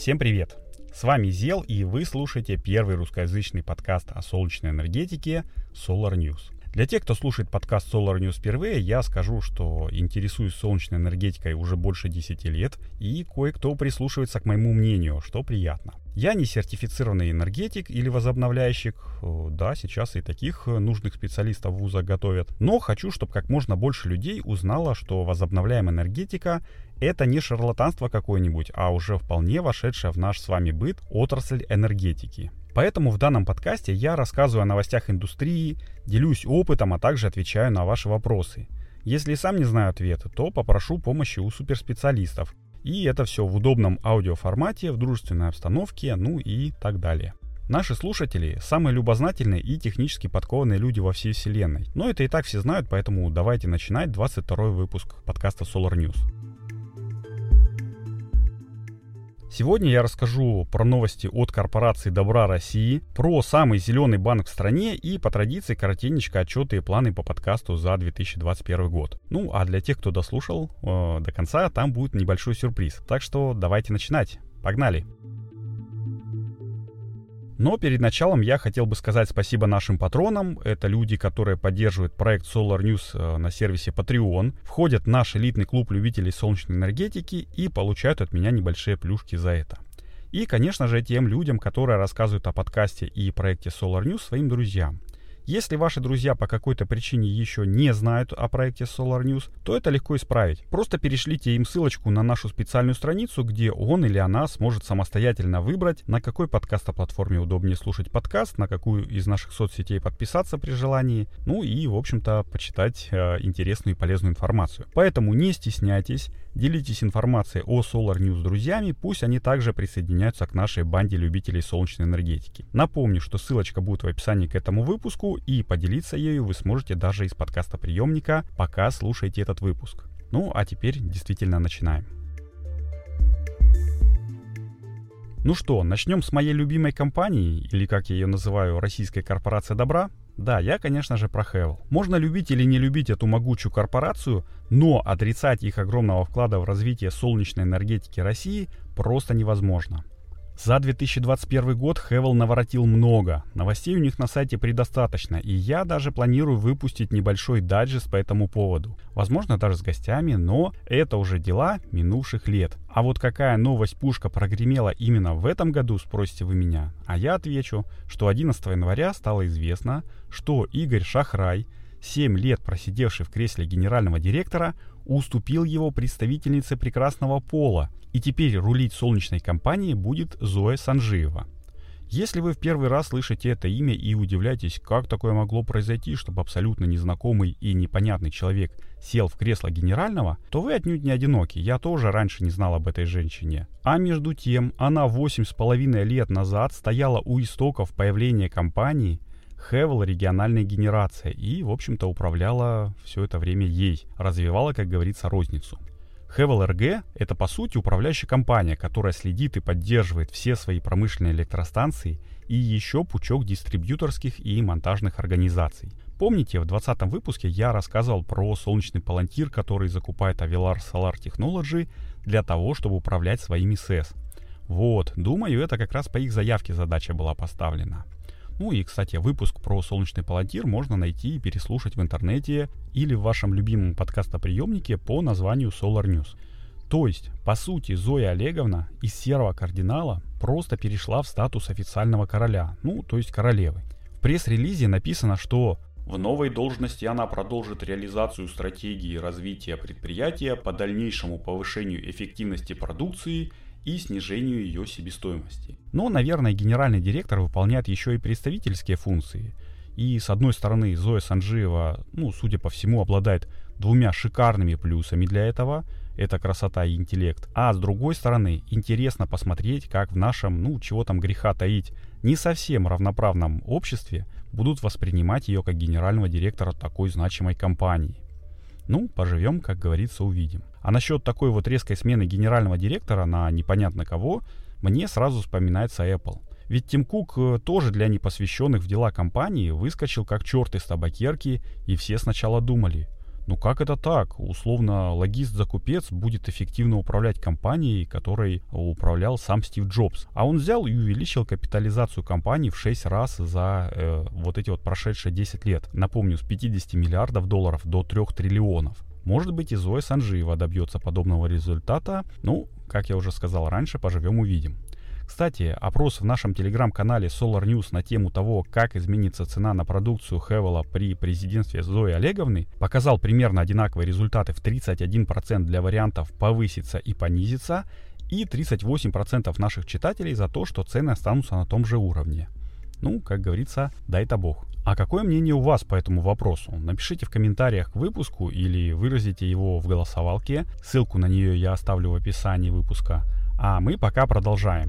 Всем привет! С вами Зел, и вы слушаете первый русскоязычный подкаст о солнечной энергетике Solar News. Для тех, кто слушает подкаст Solar News впервые, я скажу, что интересуюсь солнечной энергетикой уже больше 10 лет, и кое-кто прислушивается к моему мнению, что приятно. Я не сертифицированный энергетик или возобновляющик, да, сейчас и таких нужных специалистов в вузах готовят, но хочу, чтобы как можно больше людей узнало, что возобновляемая энергетика — это не шарлатанство какое-нибудь, а уже вполне вошедшая в наш с вами быт отрасль энергетики. Поэтому в данном подкасте я рассказываю о новостях индустрии, делюсь опытом, а также отвечаю на ваши вопросы. Если сам не знаю ответа, то попрошу помощи у суперспециалистов. И это все в удобном аудиоформате, в дружественной обстановке, ну и так далее. Наши слушатели – самые любознательные и технически подкованные люди во всей вселенной. Но это и так все знают, поэтому давайте начинать 22-й выпуск подкаста Solar News. Сегодня я расскажу про новости от корпорации Добра России, про самый зеленый банк в стране и по традиции коротенечко отчеты и планы по подкасту за 2021 год. Ну а для тех, кто дослушал до конца, там будет небольшой сюрприз. Так что давайте начинать. Погнали! Но перед началом я хотел бы сказать спасибо нашим патронам. Это люди, которые поддерживают проект Solar News на сервисе Patreon, входят в наш элитный клуб любителей солнечной энергетики и получают от меня небольшие плюшки за это. И, конечно же, тем людям, которые рассказывают о подкасте и проекте Solar News своим друзьям. Если ваши друзья по какой-то причине еще не знают о проекте Solar News, то это легко исправить. Просто перешлите им ссылочку на нашу специальную страницу, где он или она сможет самостоятельно выбрать, на какой подкаст-платформе удобнее слушать подкаст, на какую из наших соцсетей подписаться при желании, ну и, в общем-то, почитать интересную и полезную информацию. Поэтому не стесняйтесь, делитесь информацией о Solar News с друзьями, пусть они также присоединяются к нашей банде любителей солнечной энергетики. Напомню, что ссылочка будет в описании к этому выпуску, и поделиться ею вы сможете даже из подкаста приемника, пока слушаете этот выпуск. Ну, а теперь действительно начинаем. Ну что, начнем с моей любимой компании, или как я ее называю, российской корпорации добра. Да, я, конечно же, про Hevel. Можно любить или не любить эту могучую корпорацию, но отрицать их огромного вклада в развитие солнечной энергетики России просто невозможно. За 2021 год Hevel наворотил много. Новостей у них на сайте предостаточно, и я даже планирую выпустить небольшой дайджест по этому поводу. Возможно, даже с гостями, но это уже дела минувших лет. А вот какая новость-пушка прогремела именно в этом году, спросите вы меня? А я отвечу, что 11 января стало известно, что Игорь Шахрай, 7 лет просидевший в кресле генерального директора, уступил его представительнице прекрасного пола, и теперь рулить солнечной компанией будет Зоя Санжиева. Если вы в первый раз слышите это имя и удивляетесь, как такое могло произойти, чтобы абсолютно незнакомый и непонятный человек сел в кресло генерального, то вы отнюдь не одиноки, я тоже раньше не знал об этой женщине. А между тем, она 8,5 лет назад стояла у истоков появления компании Hevel региональная генерация и, в общем-то, управляла все это время ей, развивала, как говорится, розницу. Hevel РГ – это, по сути, управляющая компания, которая следит и поддерживает все свои промышленные электростанции и еще пучок дистрибьюторских и монтажных организаций. Помните, в 20-м выпуске я рассказывал про солнечный палантир, который закупает Avelar Solar Technology для того, чтобы управлять своими СЭС. Вот, думаю, это как раз по их заявке задача была поставлена. Ну и, кстати, выпуск про солнечный палантир можно найти и переслушать в интернете или в вашем любимом подкастоприемнике по названию Solar News. То есть, по сути, Зоя Олеговна из серого кардинала просто перешла в статус официального короля, ну, то есть королевы. В пресс-релизе написано, что в новой должности она продолжит реализацию стратегии развития предприятия по дальнейшему повышению эффективности продукции и снижению ее себестоимости. Но, наверное, генеральный директор выполняет еще и представительские функции. И, с одной стороны, Зоя Санжиева, судя по всему, обладает двумя шикарными плюсами для этого. Это красота и интеллект. А с другой стороны, интересно посмотреть, как в нашем, чего там греха таить, не совсем равноправном обществе будут воспринимать ее как генерального директора такой значимой компании. Поживем, как говорится, увидим. А насчет такой вот резкой смены генерального директора на непонятно кого, мне сразу вспоминается Apple. Ведь Тим Кук тоже для непосвященных в дела компании выскочил как черт из табакерки, и все сначала думали, Ну как это так? Условно, логист-закупец будет эффективно управлять компанией, которой управлял сам Стив Джобс. А он взял и увеличил капитализацию компании в 6 раз за вот эти вот прошедшие 10 лет. Напомню, с 50 миллиардов долларов до 3 триллионов. Может быть, и Зоя Санжиева добьется подобного результата. Ну, как я уже сказал раньше, поживем увидим. Кстати, опрос в нашем телеграм-канале Solar News на тему того, как изменится цена на продукцию Хевела при президентстве Зои Олеговны, показал примерно одинаковые результаты в 31% для вариантов повыситься и понизиться, и 38% наших читателей за то, что цены останутся на том же уровне. Ну, как говорится, дай-то бог. А какое мнение у вас по этому вопросу? Напишите в комментариях к выпуску или выразите его в голосовалке. Ссылку на нее я оставлю в описании выпуска. А мы пока продолжаем.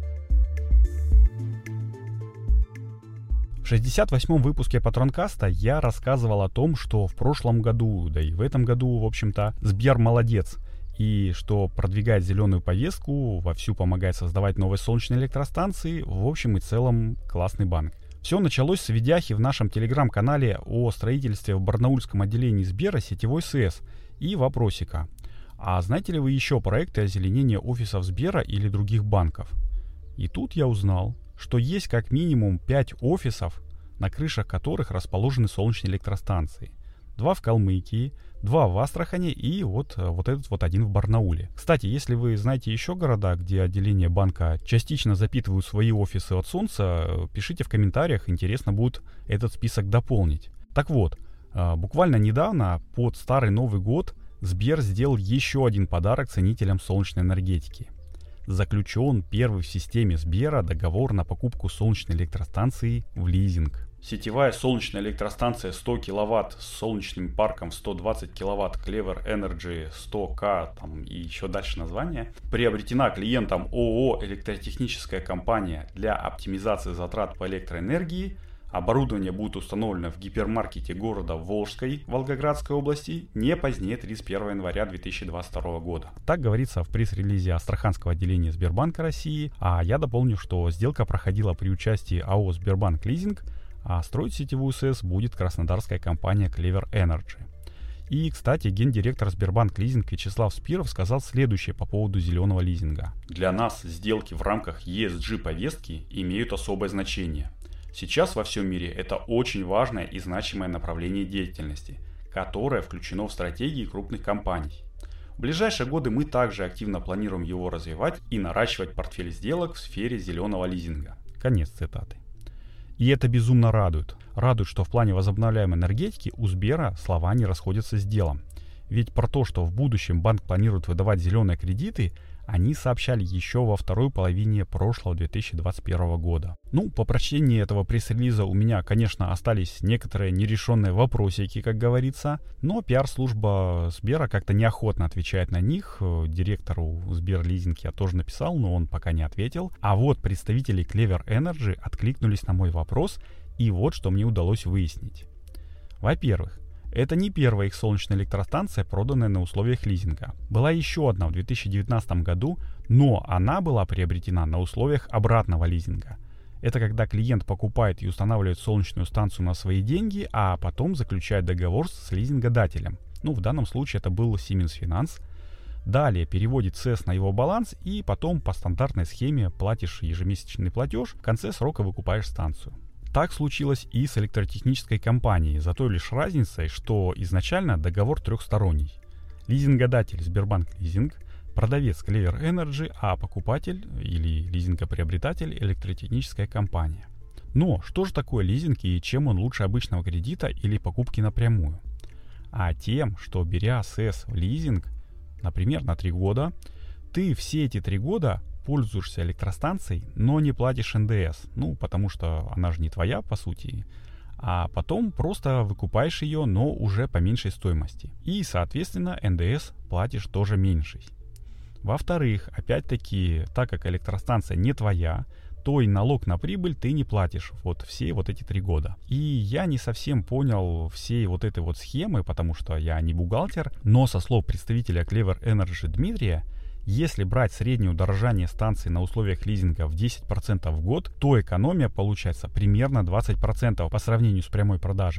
В 68-м выпуске Патронкаста я рассказывал о том, что в прошлом году, да и в этом году, в общем-то, Сбер молодец. И что продвигает зеленую повестку, вовсю помогает создавать новые солнечные электростанции, в общем и целом классный банк. Все началось с видяхи в нашем телеграм-канале о строительстве в барнаульском отделении Сбера сетевой СЭС и вопросика. А знаете ли вы еще проекты озеленения офисов Сбера или других банков? И тут я узнал, что есть как минимум 5 офисов, на крышах которых расположены солнечные электростанции. 2 в Калмыкии, 2 в Астрахани и вот этот вот один в Барнауле. Кстати, если вы знаете еще города, где отделения банка частично запитывают свои офисы от солнца, пишите в комментариях, интересно будет этот список дополнить. Так вот, буквально недавно, под Старый Новый год, Сбер сделал еще один подарок ценителям солнечной энергетики. Заключен первый в системе Сбера договор на покупку солнечной электростанции в лизинг. Сетевая солнечная электростанция 100 кВт с солнечным парком 120 кВт Clever Energy 100К там и еще дальше название, приобретена клиентом ООО «Электротехническая компания» для оптимизации затрат по электроэнергии. Оборудование будет установлено в гипермаркете города Волжской Волгоградской области не позднее 31 января 2022 года. Так говорится в пресс-релизе Астраханского отделения Сбербанка России, а я дополню, что сделка проходила при участии АО «Сбербанк Лизинг», а строить сетевую СЭС будет краснодарская компания Clever Energy. И, кстати, гендиректор Сбербанк Лизинг Вячеслав Спиров сказал следующее по поводу зеленого лизинга. Для нас сделки в рамках ESG-повестки имеют особое значение. Сейчас во всем мире это очень важное и значимое направление деятельности, которое включено в стратегии крупных компаний. В ближайшие годы мы также активно планируем его развивать и наращивать портфель сделок в сфере зеленого лизинга. Конец цитаты. И это безумно радует. Радует, что в плане возобновляемой энергетики у Сбера слова не расходятся с делом. Ведь про то, что в будущем банк планирует выдавать зеленые кредиты, они сообщали еще во второй половине прошлого 2021 года. Ну, по прочтении этого пресс-релиза у меня, конечно, остались некоторые нерешенные вопросики, как говорится, но пиар-служба Сбера как-то неохотно отвечает на них. Директору Сберлизинг я тоже написал, но он пока не ответил. А вот представители Clever Energy откликнулись на мой вопрос, и вот что мне удалось выяснить. Во-первых, это не первая их солнечная электростанция, проданная на условиях лизинга. Была еще одна в 2019 году, но она была приобретена на условиях обратного лизинга. Это когда клиент покупает и устанавливает солнечную станцию на свои деньги, а потом заключает договор с лизингодателем. Ну, в данном случае это был Siemens Finance. Далее переводит СЭС на его баланс и потом по стандартной схеме платишь ежемесячный платеж, в конце срока выкупаешь станцию. Так случилось и с электротехнической компанией, за той лишь разницей, что изначально договор трехсторонний. Лизингодатель Сбербанк Лизинг, продавец Clever Energy, а покупатель или лизингоприобретатель электротехническая компания. Но что же такое лизинг и чем он лучше обычного кредита или покупки напрямую? А тем, что беря СЭС в лизинг, например, на 3 года, ты все эти 3 года пользуешься электростанцией, но не платишь НДС, ну, потому что она же не твоя, по сути, а потом просто выкупаешь ее, но уже по меньшей стоимости. И, соответственно, НДС платишь тоже меньший. Во-вторых, опять-таки, так как электростанция не твоя, то и налог на прибыль ты не платишь вот все вот эти 3 года. И я не совсем понял всей вот этой вот схемы, потому что я не бухгалтер, но со слов представителя Clever Energy Дмитрия, если брать среднее удорожание станции на условиях лизинга в 10% в год, то экономия получается примерно 20% по сравнению с прямой продажей.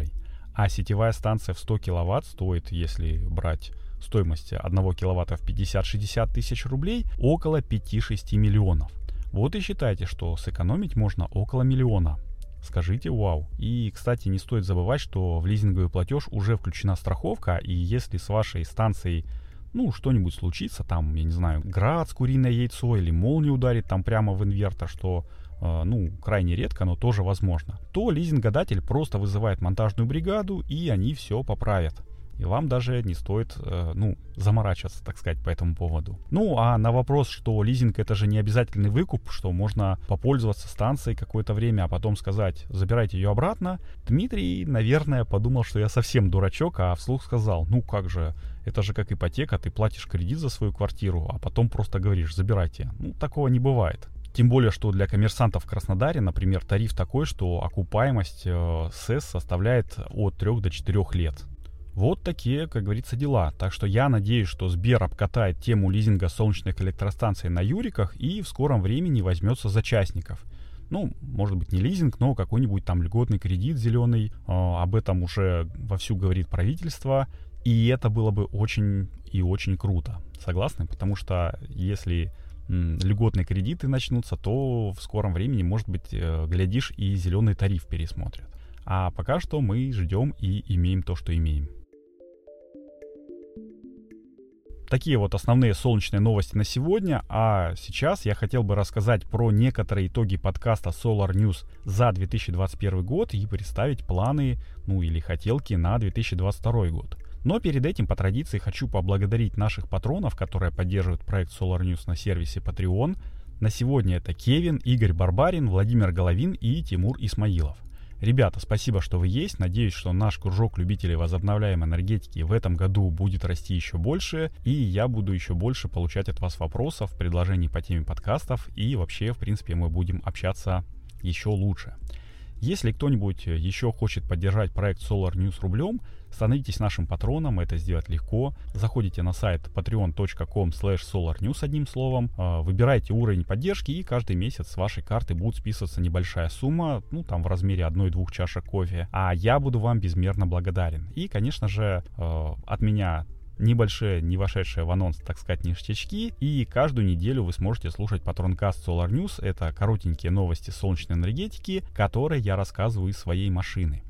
А сетевая станция в 100 киловатт стоит, если брать стоимость 1 киловатта в 50-60 тысяч рублей, около 5-6 миллионов. Вот и считайте, что сэкономить можно около миллиона. Скажите вау. И, кстати, не стоит забывать, что в лизинговый платеж уже включена страховка, и если с вашей станцией что-нибудь случится, там, я не знаю, град с куриное яйцо или молния ударит там прямо в инвертор, что, крайне редко, но тоже возможно, то лизингодатель просто вызывает монтажную бригаду, и они все поправят. И вам даже не стоит, заморачиваться, так сказать, по этому поводу. Ну, а на вопрос, что лизинг это же не обязательный выкуп, что можно попользоваться станцией какое-то время, а потом сказать, забирайте ее обратно, Дмитрий, наверное, подумал, что я совсем дурачок, а вслух сказал, как же, это же как ипотека, ты платишь кредит за свою квартиру, а потом просто говоришь, забирайте. Такого не бывает. Тем более, что для коммерсантов в Краснодаре, например, тариф такой, что окупаемость СЭС составляет от 3 до 4 лет. Вот такие, как говорится, дела. Так что я надеюсь, что Сбер обкатает тему лизинга солнечных электростанций на Юриках и в скором времени возьмется за частников. Может быть, не лизинг, но какой-нибудь там льготный кредит зеленый. Об этом уже вовсю говорит правительство. И это было бы очень и очень круто. Согласны? Потому что если льготные кредиты начнутся, то в скором времени, может быть, глядишь, и зеленый тариф пересмотрят. А пока что мы ждем и имеем то, что имеем. Такие вот основные солнечные новости на сегодня, а сейчас я хотел бы рассказать про некоторые итоги подкаста Solar News за 2021 год и представить планы, или хотелки на 2022 год. Но перед этим, по традиции, хочу поблагодарить наших патронов, которые поддерживают проект Solar News на сервисе Patreon. На сегодня это Кевин, Игорь Барбарин, Владимир Головин и Тимур Исмаилов. Ребята, спасибо, что вы есть. Надеюсь, что наш кружок любителей возобновляемой энергетики в этом году будет расти еще больше, и я буду еще больше получать от вас вопросов, предложений по теме подкастов, и вообще, в принципе, мы будем общаться еще лучше. Если кто-нибудь еще хочет поддержать проект Solar News рублем, становитесь нашим патроном, это сделать легко. Заходите на сайт patreon.com/solarnews одним словом, выбирайте уровень поддержки, и каждый месяц с вашей карты будет списываться небольшая сумма, в размере 1-2 чашек кофе, а я буду вам безмерно благодарен. И, конечно же, от меня небольшие, не вошедшие в анонс, так сказать, ништячки. И каждую неделю вы сможете слушать патронкаст Solar News. Это коротенькие новости солнечной энергетики, которые я рассказываю из своей машины.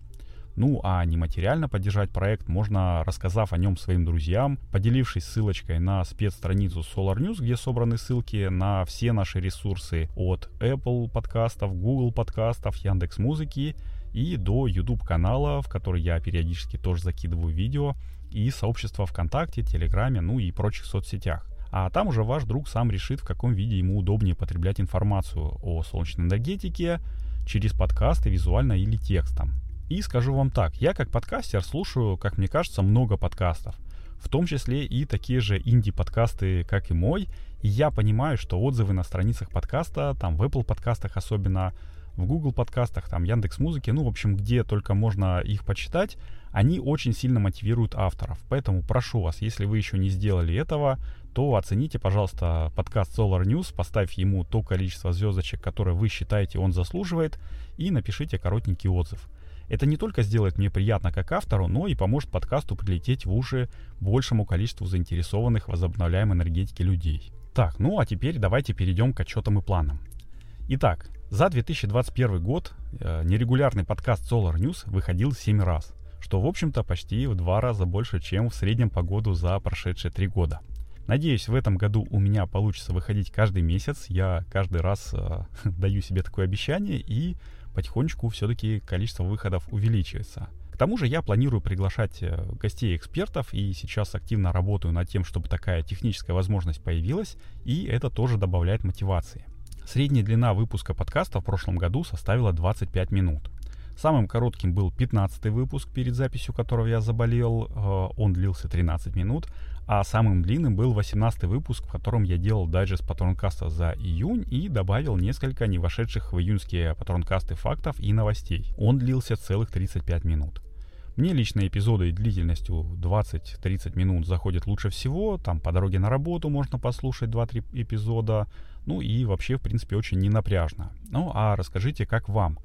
А нематериально поддержать проект можно, рассказав о нем своим друзьям, поделившись ссылочкой на спецстраницу Solar News, где собраны ссылки на все наши ресурсы от Apple подкастов, Google подкастов, Яндекс.Музыки и до YouTube канала, в который я периодически тоже закидываю видео, и сообщества ВКонтакте, Телеграме, и прочих соцсетях. А там уже ваш друг сам решит, в каком виде ему удобнее потреблять информацию о солнечной энергетике через подкасты, визуально или текстом. И скажу вам так, я как подкастер слушаю, как мне кажется, много подкастов, в том числе и такие же инди-подкасты, как и мой, и я понимаю, что отзывы на страницах подкаста, там в Apple подкастах особенно, в Google подкастах, там Яндекс.Музыке, в общем, где только можно их почитать, они очень сильно мотивируют авторов. Поэтому прошу вас, если вы еще не сделали этого, то оцените, пожалуйста, подкаст Solar News, поставьте ему то количество звездочек, которое вы считаете он заслуживает, и напишите коротенький отзыв. Это не только сделает мне приятно как автору, но и поможет подкасту прилететь в уши большему количеству заинтересованных в возобновляемой энергетике людей. Так, а теперь давайте перейдем к отчетам и планам. Итак, за 2021 год нерегулярный подкаст Solar News выходил 7 раз, что, в общем-то, почти в 2 раза больше, чем в среднем по году за прошедшие 3 года. Надеюсь, в этом году у меня получится выходить каждый месяц. Я каждый раз даю себе такое обещание, и потихонечку все-таки количество выходов увеличивается. К тому же я планирую приглашать гостей и экспертов, и сейчас активно работаю над тем, чтобы такая техническая возможность появилась, и это тоже добавляет мотивации. Средняя длина выпуска подкаста в прошлом году составила 25 минут. Самым коротким был 15-й выпуск, перед записью которого я заболел, он длился 13 минут, а самым длинным был 18-й выпуск, в котором я делал дайджест патронкаста за июнь и добавил несколько не вошедших в июньские патронкасты фактов и новостей. Он длился целых 35 минут. Мне лично эпизоды длительностью 20-30 минут заходят лучше всего, там по дороге на работу можно послушать 2-3 эпизода, и вообще, в принципе, очень ненапряжно. А расскажите, как вам?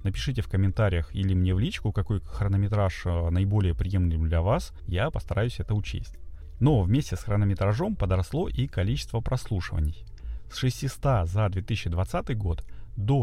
Напишите в комментариях или мне в личку, какой хронометраж наиболее приемлем для вас, я постараюсь это учесть. Но вместе с хронометражом подросло и количество прослушиваний. С 600 за 2020 год до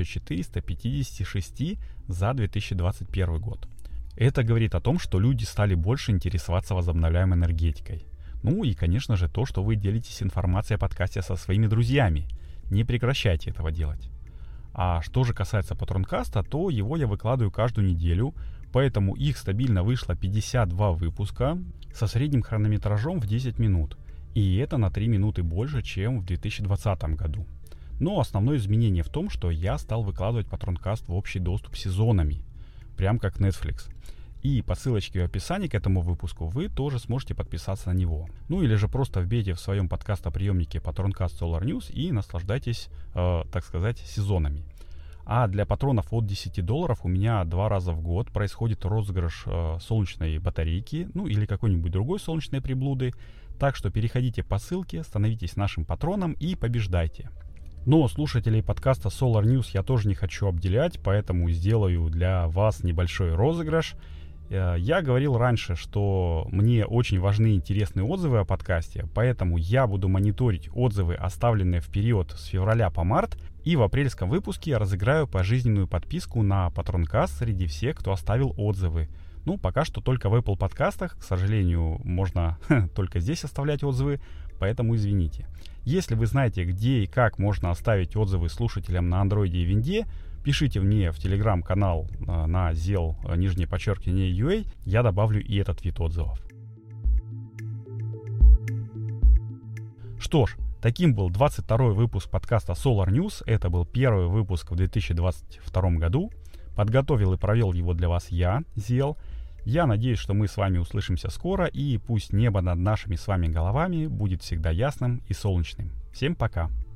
1456 за 2021 год. Это говорит о том, что люди стали больше интересоваться возобновляемой энергетикой. Ну и, конечно же, то, что вы делитесь информацией о подкасте со своими друзьями. Не прекращайте этого делать. А что же касается Патронкаста, то его я выкладываю каждую неделю, поэтому их стабильно вышло 52 выпуска со средним хронометражом в 10 минут. И это на 3 минуты больше, чем в 2020 году. Но основное изменение в том, что я стал выкладывать Патронкаст в общий доступ сезонами, прям как Netflix. И по ссылочке в описании к этому выпуску вы тоже сможете подписаться на него. Ну или же просто вбейте в своем подкастоприемнике Патронкаст Solar News и наслаждайтесь, так сказать, сезонами. А для патронов от $10 у меня 2 раза в год происходит розыгрыш солнечной батарейки, ну или какой-нибудь другой солнечной приблуды. Так что переходите по ссылке, становитесь нашим патроном и побеждайте. Но слушателей подкаста Solar News я тоже не хочу обделять, поэтому сделаю для вас небольшой розыгрыш. Я говорил раньше, что мне очень важны интересные отзывы о подкасте, поэтому я буду мониторить отзывы, оставленные в период с февраля по март, и в апрельском выпуске я разыграю пожизненную подписку на Патронкаст среди всех, кто оставил отзывы. Ну, пока что только в Apple подкастах, к сожалению, можно только здесь оставлять отзывы, поэтому извините. Если вы знаете, где и как можно оставить отзывы слушателям на Android и Винде, пишите мне в телеграм-канал на zel_UA, я добавлю и этот вид отзывов. Что ж, таким был 22-й выпуск подкаста Solar News. Это был первый выпуск в 2022 году. Подготовил и провел его для вас я, Зел. Я надеюсь, что мы с вами услышимся скоро, и пусть небо над нашими с вами головами будет всегда ясным и солнечным. Всем пока!